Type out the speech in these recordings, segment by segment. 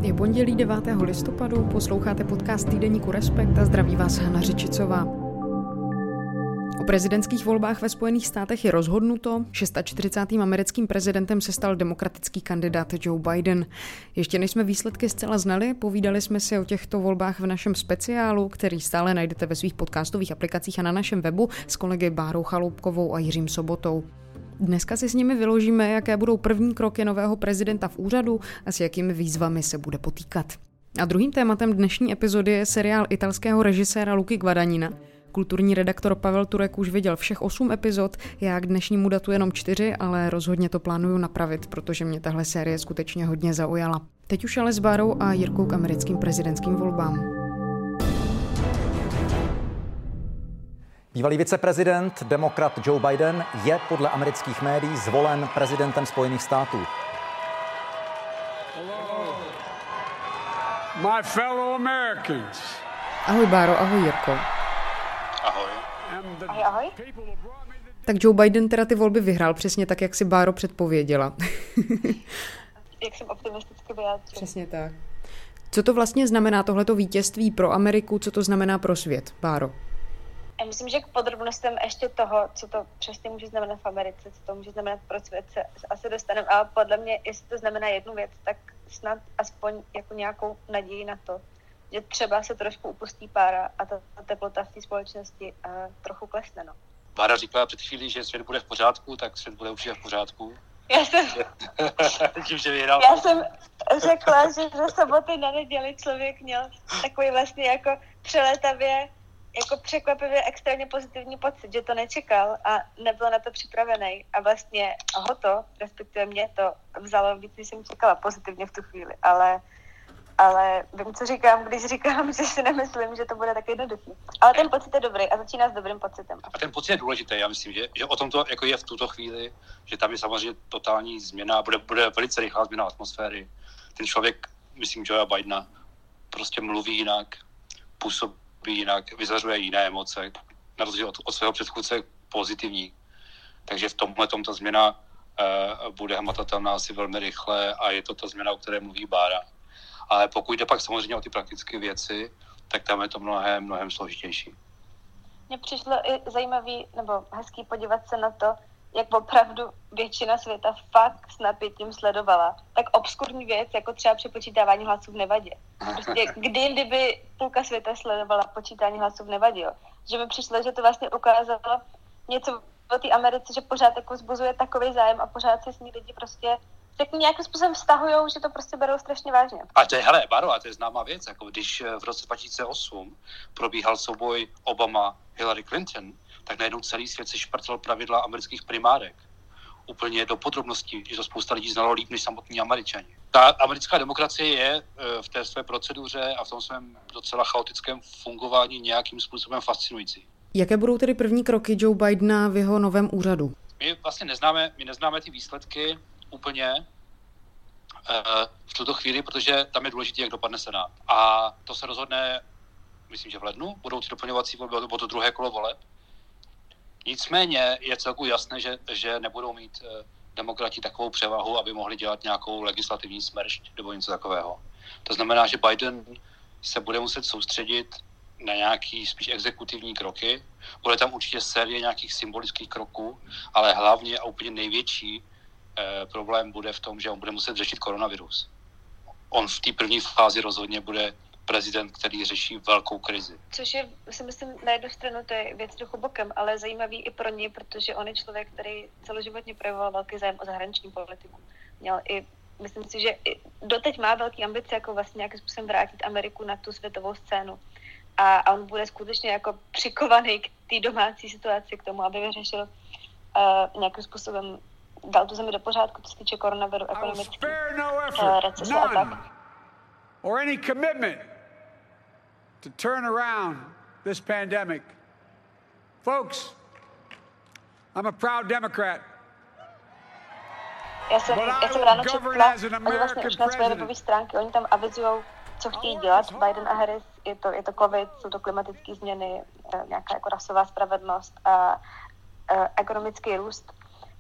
Je pondělí 9. listopadu, posloucháte podcast týdeníku Respekt a zdraví vás Hana Řičicová. O prezidentských volbách ve Spojených státech je rozhodnuto. 46. americkým prezidentem se stal demokratický kandidát Joe Biden. Ještě než jsme výsledky zcela znali, povídali jsme si o těchto volbách v našem speciálu, který stále najdete ve svých podcastových aplikacích a na našem webu s kolegy Bárou Chaloupkovou a Jiřím Sobotou. Dneska si s nimi vyložíme, jaké budou první kroky nového prezidenta v úřadu a s jakými výzvami se bude potýkat. A druhým tématem dnešní epizody je seriál italského režiséra Luky Guadagnina. Kulturní redaktor Pavel Turek už viděl všech 8 epizod, já k dnešnímu datu jenom 4, ale rozhodně to plánuju napravit, protože mě tahle série skutečně hodně zaujala. Teď už ale s Bárou a Jirkou k americkým prezidentským volbám. Bývalý viceprezident, demokrat Joe Biden, je podle amerických médií zvolen prezidentem Spojených států. My fellow Americans. Ahoj Báro, ahoj Jirko. Ahoj. Ahoj. Tak Joe Biden teda ty volby vyhrál přesně tak, jak si Báro předpověděla. Jak jsem optimisticky vyjádřila. Přesně tak. Co to vlastně znamená tohleto vítězství pro Ameriku, co to znamená pro svět, Báro? Já myslím, že k podrobnostem ještě toho, co to přesně může znamenat v Americe, co to může znamenat pro svět, se asi dostaneme, ale podle mě, jestli to znamená jednu věc, tak snad aspoň jako nějakou naději na to, že třeba se trošku upustí pára a ta teplota v té společnosti trochu klesne. No. Bára říkala před chvílí, že svět bude v pořádku, tak svět bude určitě v pořádku. Já jsem řekla, že ze soboty na neděli člověk měl takový vlastně jako přelétavě, jako překvapivě extrémně pozitivní pocit, že to nečekal a nebyl na to připravený. A vlastně ho to, respektive mě to vzalo víc, než jsem čekala pozitivně v tu chvíli. Ale vím, co říkám, když říkám, že si nemyslím, že to bude tak jednoduchý. Ale ten pocit je dobrý a začíná s dobrým pocitem. A ten pocit je důležitý, já myslím, že o tom to jako je v tuto chvíli, že tam je samozřejmě totální změna, bude velice rychlá změna atmosféry. Ten člověk, myslím, Joea Bidena, prostě mluví jinak, působí jinak, vyzařuje jiné emoce, na rozdíl od svého předchůdce pozitivní. Takže v tomhle ta změna bude hmatatelná asi velmi rychle a je to ta změna, o které mluví Bára. Ale pokud jde pak samozřejmě o ty praktické věci, tak tam je to mnohem složitější. Mně přišlo i zajímavý nebo hezký podívat se na to, jak opravdu většina světa fakt s napětím sledovala. Tak obskurní věc, jako třeba přepočítávání hlasů v Nevadě. Prostě kdyby půlka světa sledovala počítání hlasů v Nevadě, jo. Že mi přišlo, že to vlastně ukázalo něco o té Americe, že pořád jako vzbuzuje takový zájem a pořád se s ní lidi prostě tak nějakým způsobem vztahujou, že to prostě berou strašně vážně. A to je, Báro, a to je známá věc, jako když v roce 2008 probíhal souboj Obama-Hillary Clinton, tak najednou celý svět se šprtal pravidla amerických primárek. Úplně do podrobností, že to spousta lidí znalo líp než samotní Američani. Ta americká demokracie je v té své proceduře a v tom svém docela chaotickém fungování nějakým způsobem fascinující. Jaké budou tedy první kroky Joe Bidena v jeho novém úřadu? My vlastně neznáme ty výsledky úplně v tuto chvíli, protože tam je důležité, jak dopadne Senát. A to se rozhodne, myslím, že v lednu budou ty doplňovací volby, nebo to druhé kolo voleb. Nicméně je celku jasné, že nebudou mít demokrati takovou převahu, aby mohli dělat nějakou legislativní smršť nebo něco takového. To znamená, že Biden se bude muset soustředit na nějaký spíš exekutivní kroky. Bude tam určitě série nějakých symbolických kroků, ale hlavně a úplně největší problém bude v tom, že on bude muset řešit koronavirus. On v té první fázi rozhodně bude prezident, který řeší velkou krizi. Což je, si myslím, na jednu stranu to je věc trochu bokem, ale zajímavý i pro něj, protože on je člověk, který celoživotně projevoval velký zájem o zahraniční politiku. Měl i, myslím si, že i doteď má velký ambice, jako vlastně nějakým způsobem vrátit Ameriku na tu světovou scénu. A on bude skutečně jako přikovaný k té domácí situaci, k tomu, aby vyřešil nějakým způsobem dal tu zemi do pořádku, co se týče koronaviru, ekonomický, recese a tak. Or any commitment to turn around this pandemic. Folks, I'm a proud Democrat. Já jsem ráno četla, oni vlastně už na své webové stránky, oni tam avizujou, co chtějí dělat, Biden a Harris, je to covid, jsou to klimatické změny, nějaká jako rasová spravedlnost a ekonomický růst.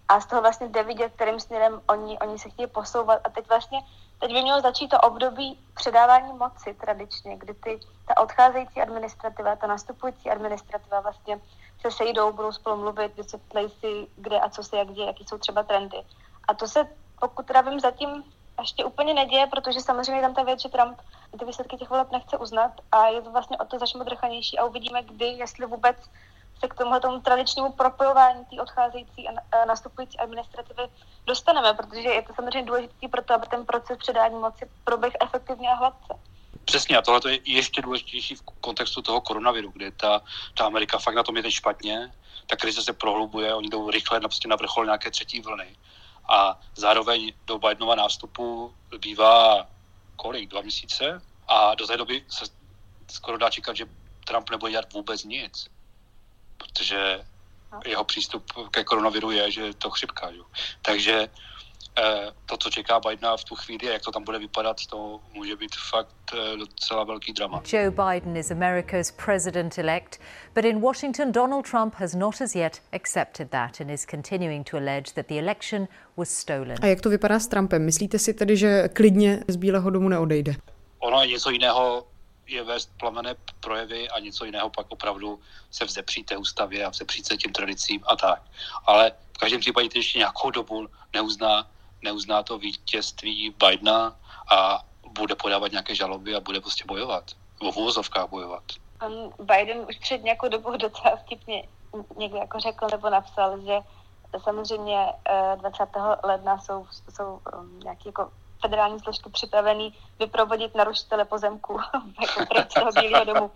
a z toho vlastně jde vidět, kterým směrem oni se chtějí posouvat. A teď by mělo začít to období předávání moci tradičně, kdy ta odcházející administrativa, ta nastupující administrativa vlastně se sejdou, budou spolu mluvit, vysvětlejí si, kde a co se jak děje, jaký jsou třeba trendy. A to se, pokud teda vím, zatím ještě úplně neděje, protože samozřejmě tam ta věc, že Trump ty výsledky těch voleb nechce uznat a je to vlastně o to zašmodrchanější a uvidíme, kdy, jestli vůbec se k tomuhletomu tradičnímu propojování té odcházející a nastupující administrativy dostaneme, protože je to samozřejmě důležité pro to, aby ten proces předání moci proběhl efektivně a hladce. Přesně, a tohle je ještě důležitější v kontextu toho koronaviru, kde ta Amerika fakt na tom je teď špatně, ta krize se prohlubuje, oni jdou rychle na vrchol nějaké třetí vlny. A zároveň do Bidenova nástupu bývá 2 měsíce a do té doby se skoro dá čekat, že Trump nebude dělat vůbec nic, protože jeho přístup ke koronaviru je, že je to chřipka. Jo. Takže to, co čeká Bidena v tu chvíli, jak to tam bude vypadat, to může být fakt docela velký drama. Joe Biden is America's president-elect, but in Washington, Donald Trump has not as yet accepted that and is continuing to allege that the election was stolen. A jak to vypadá s Trumpem? Myslíte si tedy, že klidně z Bílého domu neodejde? Ono je něco jiného je vést plamenné projevy a něco jiného pak opravdu se vzepřít té ústavě a vzepřít se těm tradicím a tak. Ale v každém případě ještě nějakou dobu neuzná to vítězství Bidena a bude podávat nějaké žaloby a bude prostě bojovat. Nebo v uvozovkách bojovat. Biden už před nějakou dobou docela vtipně někdo jako řekl nebo napsal, že samozřejmě 20. ledna jsou nějaký jako federální složky připravený vyprovodit narušitele pozemku jako pryč z toho Bílého domu.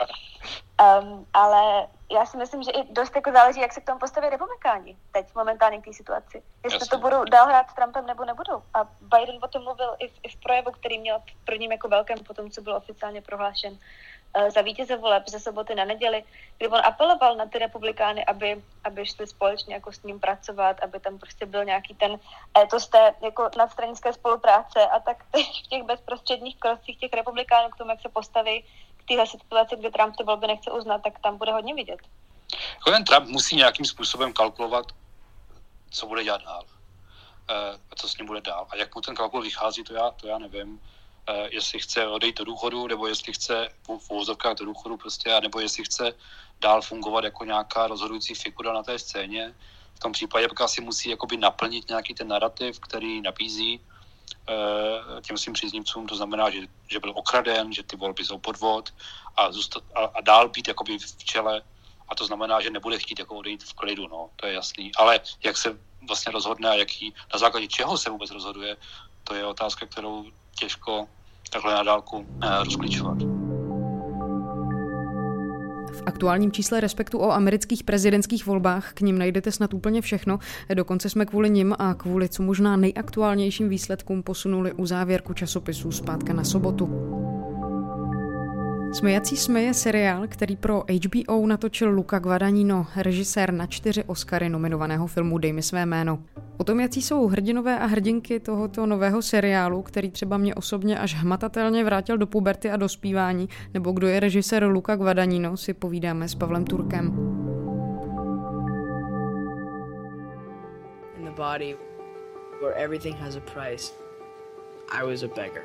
Ale já si myslím, že i dost jako záleží, jak se k tomu postaví republikáni teď momentálně k té situaci. Jestli to budou dál hrát s Trumpem nebo nebudou. A Biden o tom mluvil i v projevu, který měl v prvním jako velkém, potom co byl oficiálně prohlášen za vítěze voleb ze soboty na neděli, kdy on apeloval na ty republikány, aby šli společně jako s ním pracovat, aby tam prostě byl nějaký ten étos té jako nadstranické spolupráce a tak v těch bezprostředních krocích těch republikánů k tomu, jak se postaví k téhle situaci, kde Trump ty volby nechce uznat, tak tam bude hodně vidět. Ten Trump musí nějakým způsobem kalkulovat, co bude dělat dál. A co s ním bude dál. A jak mu ten kalkul vychází, to já nevím. Jestli chce odejít do důchodu, nebo jestli chce v uvozovkách do důchodu prostě, nebo jestli chce dál fungovat jako nějaká rozhodující figura na té scéně. V tom případě pak asi musí jakoby naplnit nějaký ten narrativ, který nabízí těm svým příznivcům. To znamená, že byl okraden, že ty volby jsou podvod a dál být jakoby v čele. A to znamená, že nebude chtít jako odejít v klidu, no, to je jasný. Ale jak se vlastně rozhodne a na základě čeho se vůbec rozhoduje, to je otázka, kterou těžko takhle na dálku rozklíčovat. V aktuálním čísle Respektu o amerických prezidentských volbách k nim najdete snad úplně všechno. Dokonce jsme kvůli nim a kvůli co možná nejaktuálnějším výsledkům posunuli uzávěrku časopisů zpátka na sobotu. Smejací jsme je seriál, který pro HBO natočil Luca Guadagnino, režisér na 4 Oscary nominovaného filmu Dej mi své jméno. O tom, jaký jsou hrdinové a hrdinky tohoto nového seriálu, který třeba mě osobně až hmatatelně vrátil do puberty a dospívání, nebo kdo je režisér Luca Guadagnino, si povídáme s Pavlem Turkem. In the body where everything has a price, I was a beggar.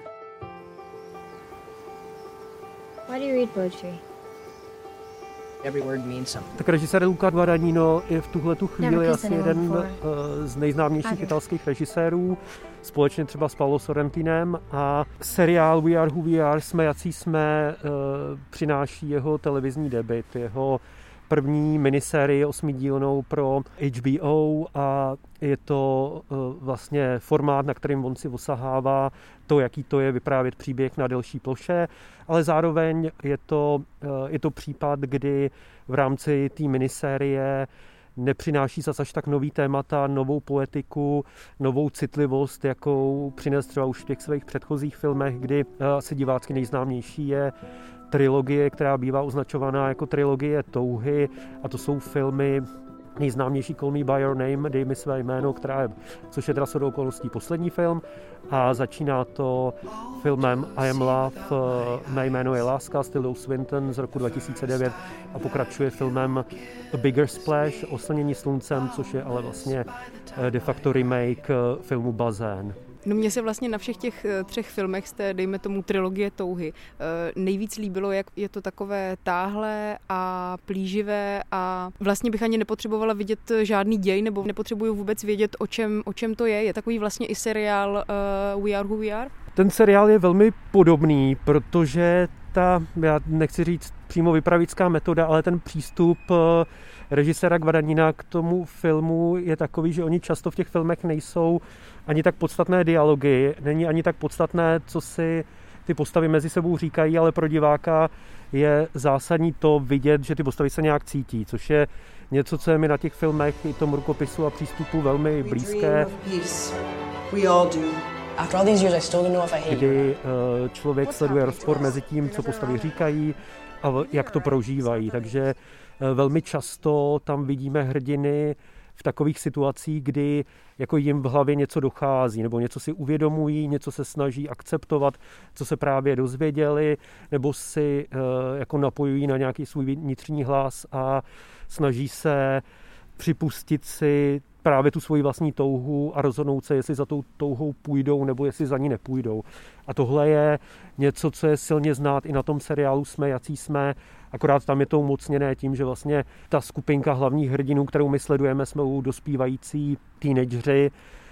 Why do you read poetry? Every word means something. Tak režisér Luca Guadagnino je v tuhletu chvíli asi jeden z nejznámějších italských režisérů, společně třeba s Paolo Sorrentinem, a seriál We Are Who We Are, jsme jací jsme, přináší jeho televizní debut, jeho první minisérii 8dílnou pro HBO a je to vlastně formát, na kterým on si osahává to, jaký to je vyprávět příběh na delší ploše, ale zároveň je to případ, kdy v rámci té minisérie nepřináší zase až tak nový témata, novou poetiku, novou citlivost, jakou přines třeba už v těch svých předchozích filmech, kdy asi divácky nejznámější je trilogie, která bývá označovaná jako trilogie touhy, a to jsou filmy nejznámější Call Me By Your Name, Dej mi své jméno, což je teda shodou okolností poslední film, a začíná to filmem I Am Love, Mé jméno je láska s Tilou Swinton z roku 2009 a pokračuje filmem A Bigger Splash, Oslnění sluncem, což je ale vlastně de facto remake filmu Bazén. No mně se vlastně na všech těch 3 filmech z té, dejme tomu, trilogie touhy nejvíc líbilo, jak je to takové táhlé a plíživé a vlastně bych ani nepotřebovala vidět žádný děj, nebo nepotřebuju vůbec vědět, o čem to je. Je takový vlastně i seriál We Are Who We Are? Ten seriál je velmi podobný, protože já nechci říct přímo vypravická metoda, ale ten přístup režiséra Guadagnina k tomu filmu je takový, že oni často v těch filmech nejsou ani tak podstatné dialogy, není ani tak podstatné, co si ty postavy mezi sebou říkají, ale pro diváka je zásadní to vidět, že ty postavy se nějak cítí, což je něco, co je mi na těch filmech i tomu rukopisu a přístupu velmi blízké. Kdy člověk sleduje rozpor mezi tím, co postavy říkají a jak to prožívají. Takže velmi často tam vidíme hrdiny v takových situacích, kdy jako jim v hlavě něco dochází, nebo něco si uvědomují, něco se snaží akceptovat, co se právě dozvěděli, nebo si jako napojují na nějaký svůj vnitřní hlas a snaží se připustit si právě tu svoji vlastní touhu a rozhodnout se, jestli za tou touhou půjdou, nebo jestli za ní nepůjdou. A tohle je něco, co je silně znát i na tom seriálu Jsme, jací jsme, akorát tam je to umocněné tím, že vlastně ta skupinka hlavních hrdinů, kterou my sledujeme, jsme dospívající teenageři,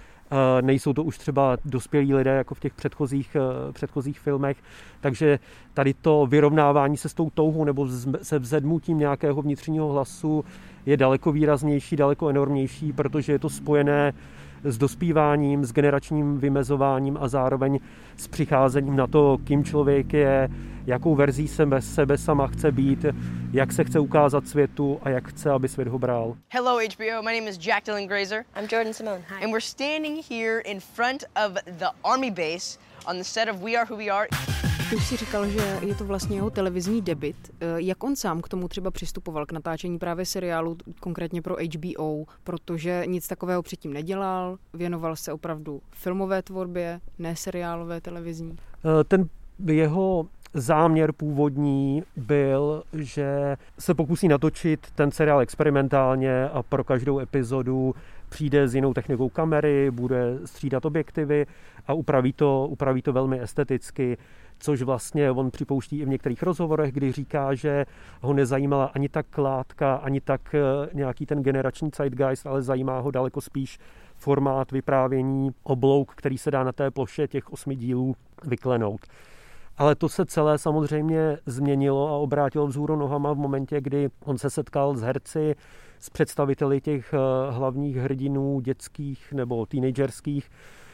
nejsou to už třeba dospělí lidé jako v těch předchozích filmech, takže tady to vyrovnávání se s tou touhou nebo se vzedmutím nějakého vnitřního hlasu je daleko výraznější, daleko enormnější, protože je to spojené s dospíváním, s generačním vymezováním a zároveň s přicházením na to, kým člověk je, jakou verzí sebe sama chce být, jak se chce ukázat světu a jak chce, aby svět ho bral. Hello HBO, my name is Jack Dylan Grazer. I'm Jordan Simone. Hi. And we're standing here in front of the Army base on the set of We Are Who We Are. Ty už si říkal, že je to vlastně jeho televizní debut. Jak on sám k tomu třeba přistupoval, k natáčení právě seriálu, konkrétně pro HBO, protože nic takového předtím nedělal, věnoval se opravdu filmové tvorbě, ne seriálové, televizní? Ten jeho záměr původní byl, že se pokusí natočit ten seriál experimentálně a pro každou epizodu přijde s jinou technikou kamery, bude střídat objektivy a upraví to velmi esteticky, což vlastně on připouští i v některých rozhovorech, kdy říká, že ho nezajímala ani tak látka, ani tak nějaký ten generační zeitgeist, ale zajímá ho daleko spíš formát vyprávění, oblouk, který se dá na té ploše těch 8 dílů vyklenout. Ale to se celé samozřejmě změnilo a obrátilo vzhůru nohama v momentě, kdy on se setkal s herci, s představiteli těch hlavních hrdinů dětských nebo teenagerských,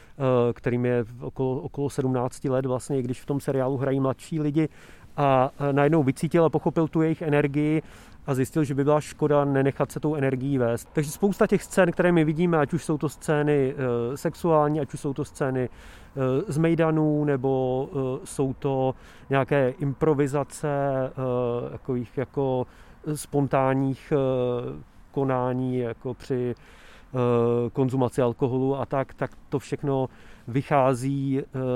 kterým je okolo 17 let vlastně, i když v tom seriálu hrají mladší lidi, a najednou vycítil a pochopil tu jejich energii a zjistil, že by byla škoda nenechat se tou energií vést. Takže spousta těch scén, které my vidíme, ať už jsou to scény sexuální, ať už jsou to scény z mejdanů, nebo jsou to nějaké improvizace, jako spontánních konání, jako při konzumaci alkoholu a tak to všechno vychází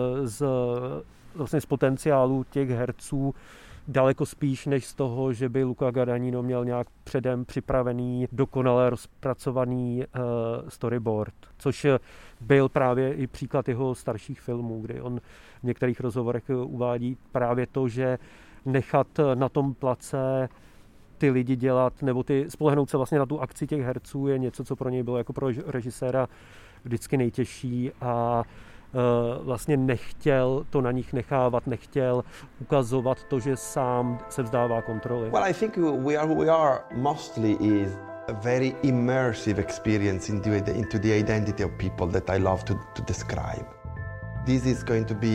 z potenciálu těch herců daleko spíš než z toho, že by Luca Guadagnino měl nějak předem připravený, dokonale rozpracovaný storyboard, což byl právě i příklad jeho starších filmů, kdy on v některých rozhovorech uvádí právě to, že nechat na tom place ty lidi dělat, nebo spolehnout se vlastně na tu akci těch herců je něco, co pro něj bylo jako pro režiséra vždycky nejtěžší a vlastně nechtěl to na nich nechávat, nechtěl ukazovat to, že sám se vzdává kontroly. Well, I think We Are Who We Are mostly is a very immersive experience into the identity of people that I love to describe. This is going to be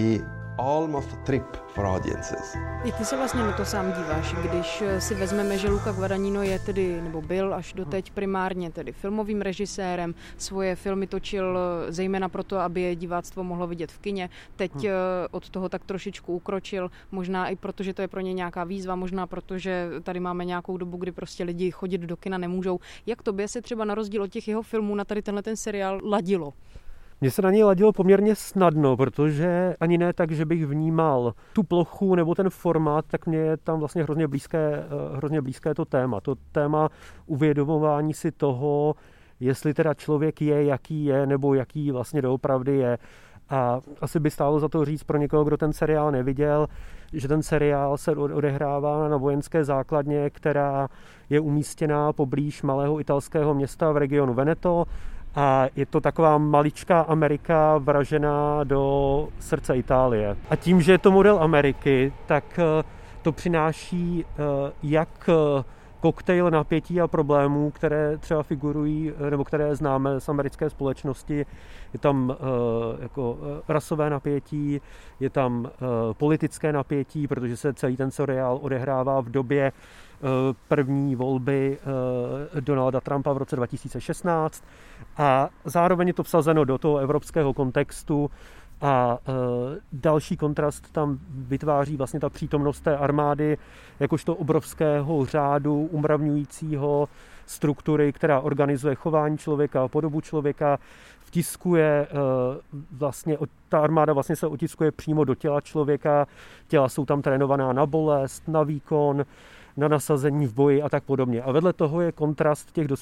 almost a trip for audiences. Jak ty se vlastně na to sám díváš, když si vezmeme, že Luca Guadagnino je tedy, nebo byl až doteď primárně tedy filmovým režisérem, svoje filmy točil zejména proto, aby je diváctvo mohlo vidět v kině, teď od toho tak trošičku ukročil, možná i proto, že to je pro ně nějaká výzva, možná proto, že tady máme nějakou dobu, kdy prostě lidi chodit do kina nemůžou. Jak tobě se třeba na rozdíl od těch jeho filmů na tady tenhle ten seriál ladilo? Mně se na něj ladilo poměrně snadno, protože ani ne tak, že bych vnímal tu plochu nebo ten formát, tak mě je tam vlastně hrozně blízké to téma. To téma uvědomování si toho, jestli teda člověk je, jaký je, nebo jaký vlastně doopravdy je. A asi by stálo za to říct pro někoho, kdo ten seriál neviděl, že ten seriál se odehrává na vojenské základně, která je umístěná poblíž malého italského města v regionu Veneto. A je to taková maličká Amerika vražená do srdce Itálie. A tím, že je to model Ameriky, tak to přináší jak koktejl napětí a problémů, které třeba figurují, nebo které známe z americké společnosti. Je tam jako rasové napětí, je tam politické napětí, protože se celý ten seriál odehrává v době první volby Donalda Trumpa v roce 2016 a zároveň je to vsazeno do toho evropského kontextu a další kontrast tam vytváří vlastně ta přítomnost té armády jakožto obrovského řádu umravňujícího struktury, která organizuje chování člověka, podobu člověka, vtiskuje vlastně, ta armáda vlastně se otiskuje přímo do těla člověka, těla jsou tam trénovaná na bolest, na výkon, na nasazení v boji a tak podobně. A vedle toho je kontrast těch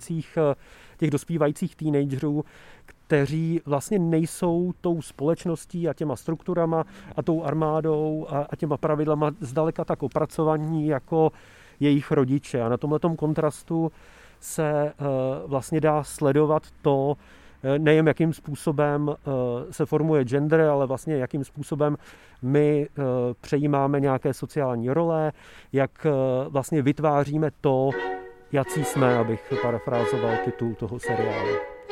dospívajících teenagerů, kteří vlastně nejsou tou společností a těma strukturama a tou armádou a těma pravidlama zdaleka tak opracovaní jako jejich rodiče. A na tomhletom kontrastu se vlastně dá sledovat to, nejen jakým způsobem se formuje gender, ale vlastně jakým způsobem my přejímáme nějaké sociální role, jak vlastně vytváříme to, jací jsme, abych parafrázoval titul toho seriálu.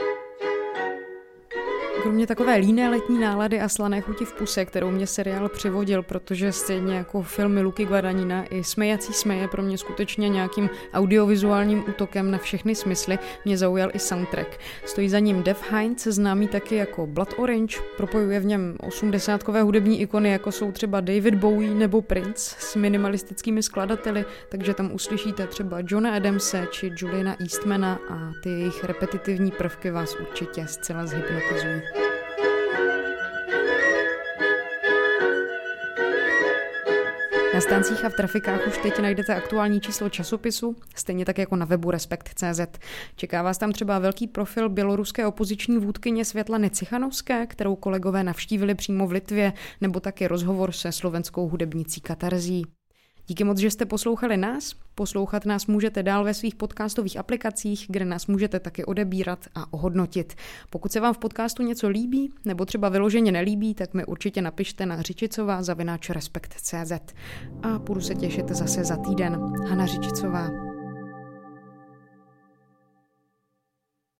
Kromě takové líné letní nálady a slané chuti v puse, kterou mě seriál přivodil, protože stejně jako filmy Luky Guadagnina i Smejací smeje pro mě skutečně nějakým audiovizuálním útokem na všechny smysly, mě zaujal i soundtrack. Stojí za ním Dev Hynes, známý taky jako Blood Orange, propojuje v něm 80kové hudební ikony, jako jsou třeba David Bowie nebo Prince s minimalistickými skladateli, takže tam uslyšíte třeba Johna Adamse či Juliana Eastmana a ty jejich repetitivní prvky vás určitě zcela zhypnotizují. Na stancích a v trafikách už teď najdete aktuální číslo časopisu, stejně tak jako na webu Respekt.cz. Čeká vás tam třeba velký profil běloruské opoziční vůdkyně Světlany Cichanovské, kterou kolegové navštívili přímo v Litvě, nebo taky rozhovor se slovenskou hudebnicí Katarzí. Díky moc, že jste poslouchali nás. Poslouchat nás můžete dál ve svých podcastových aplikacích, kde nás můžete taky odebírat a ohodnotit. Pokud se vám v podcastu něco líbí, nebo třeba vyloženě nelíbí, tak mi určitě napište na řičicová@respekt.cz. A budu se těšit zase za týden. Hana Řičicová.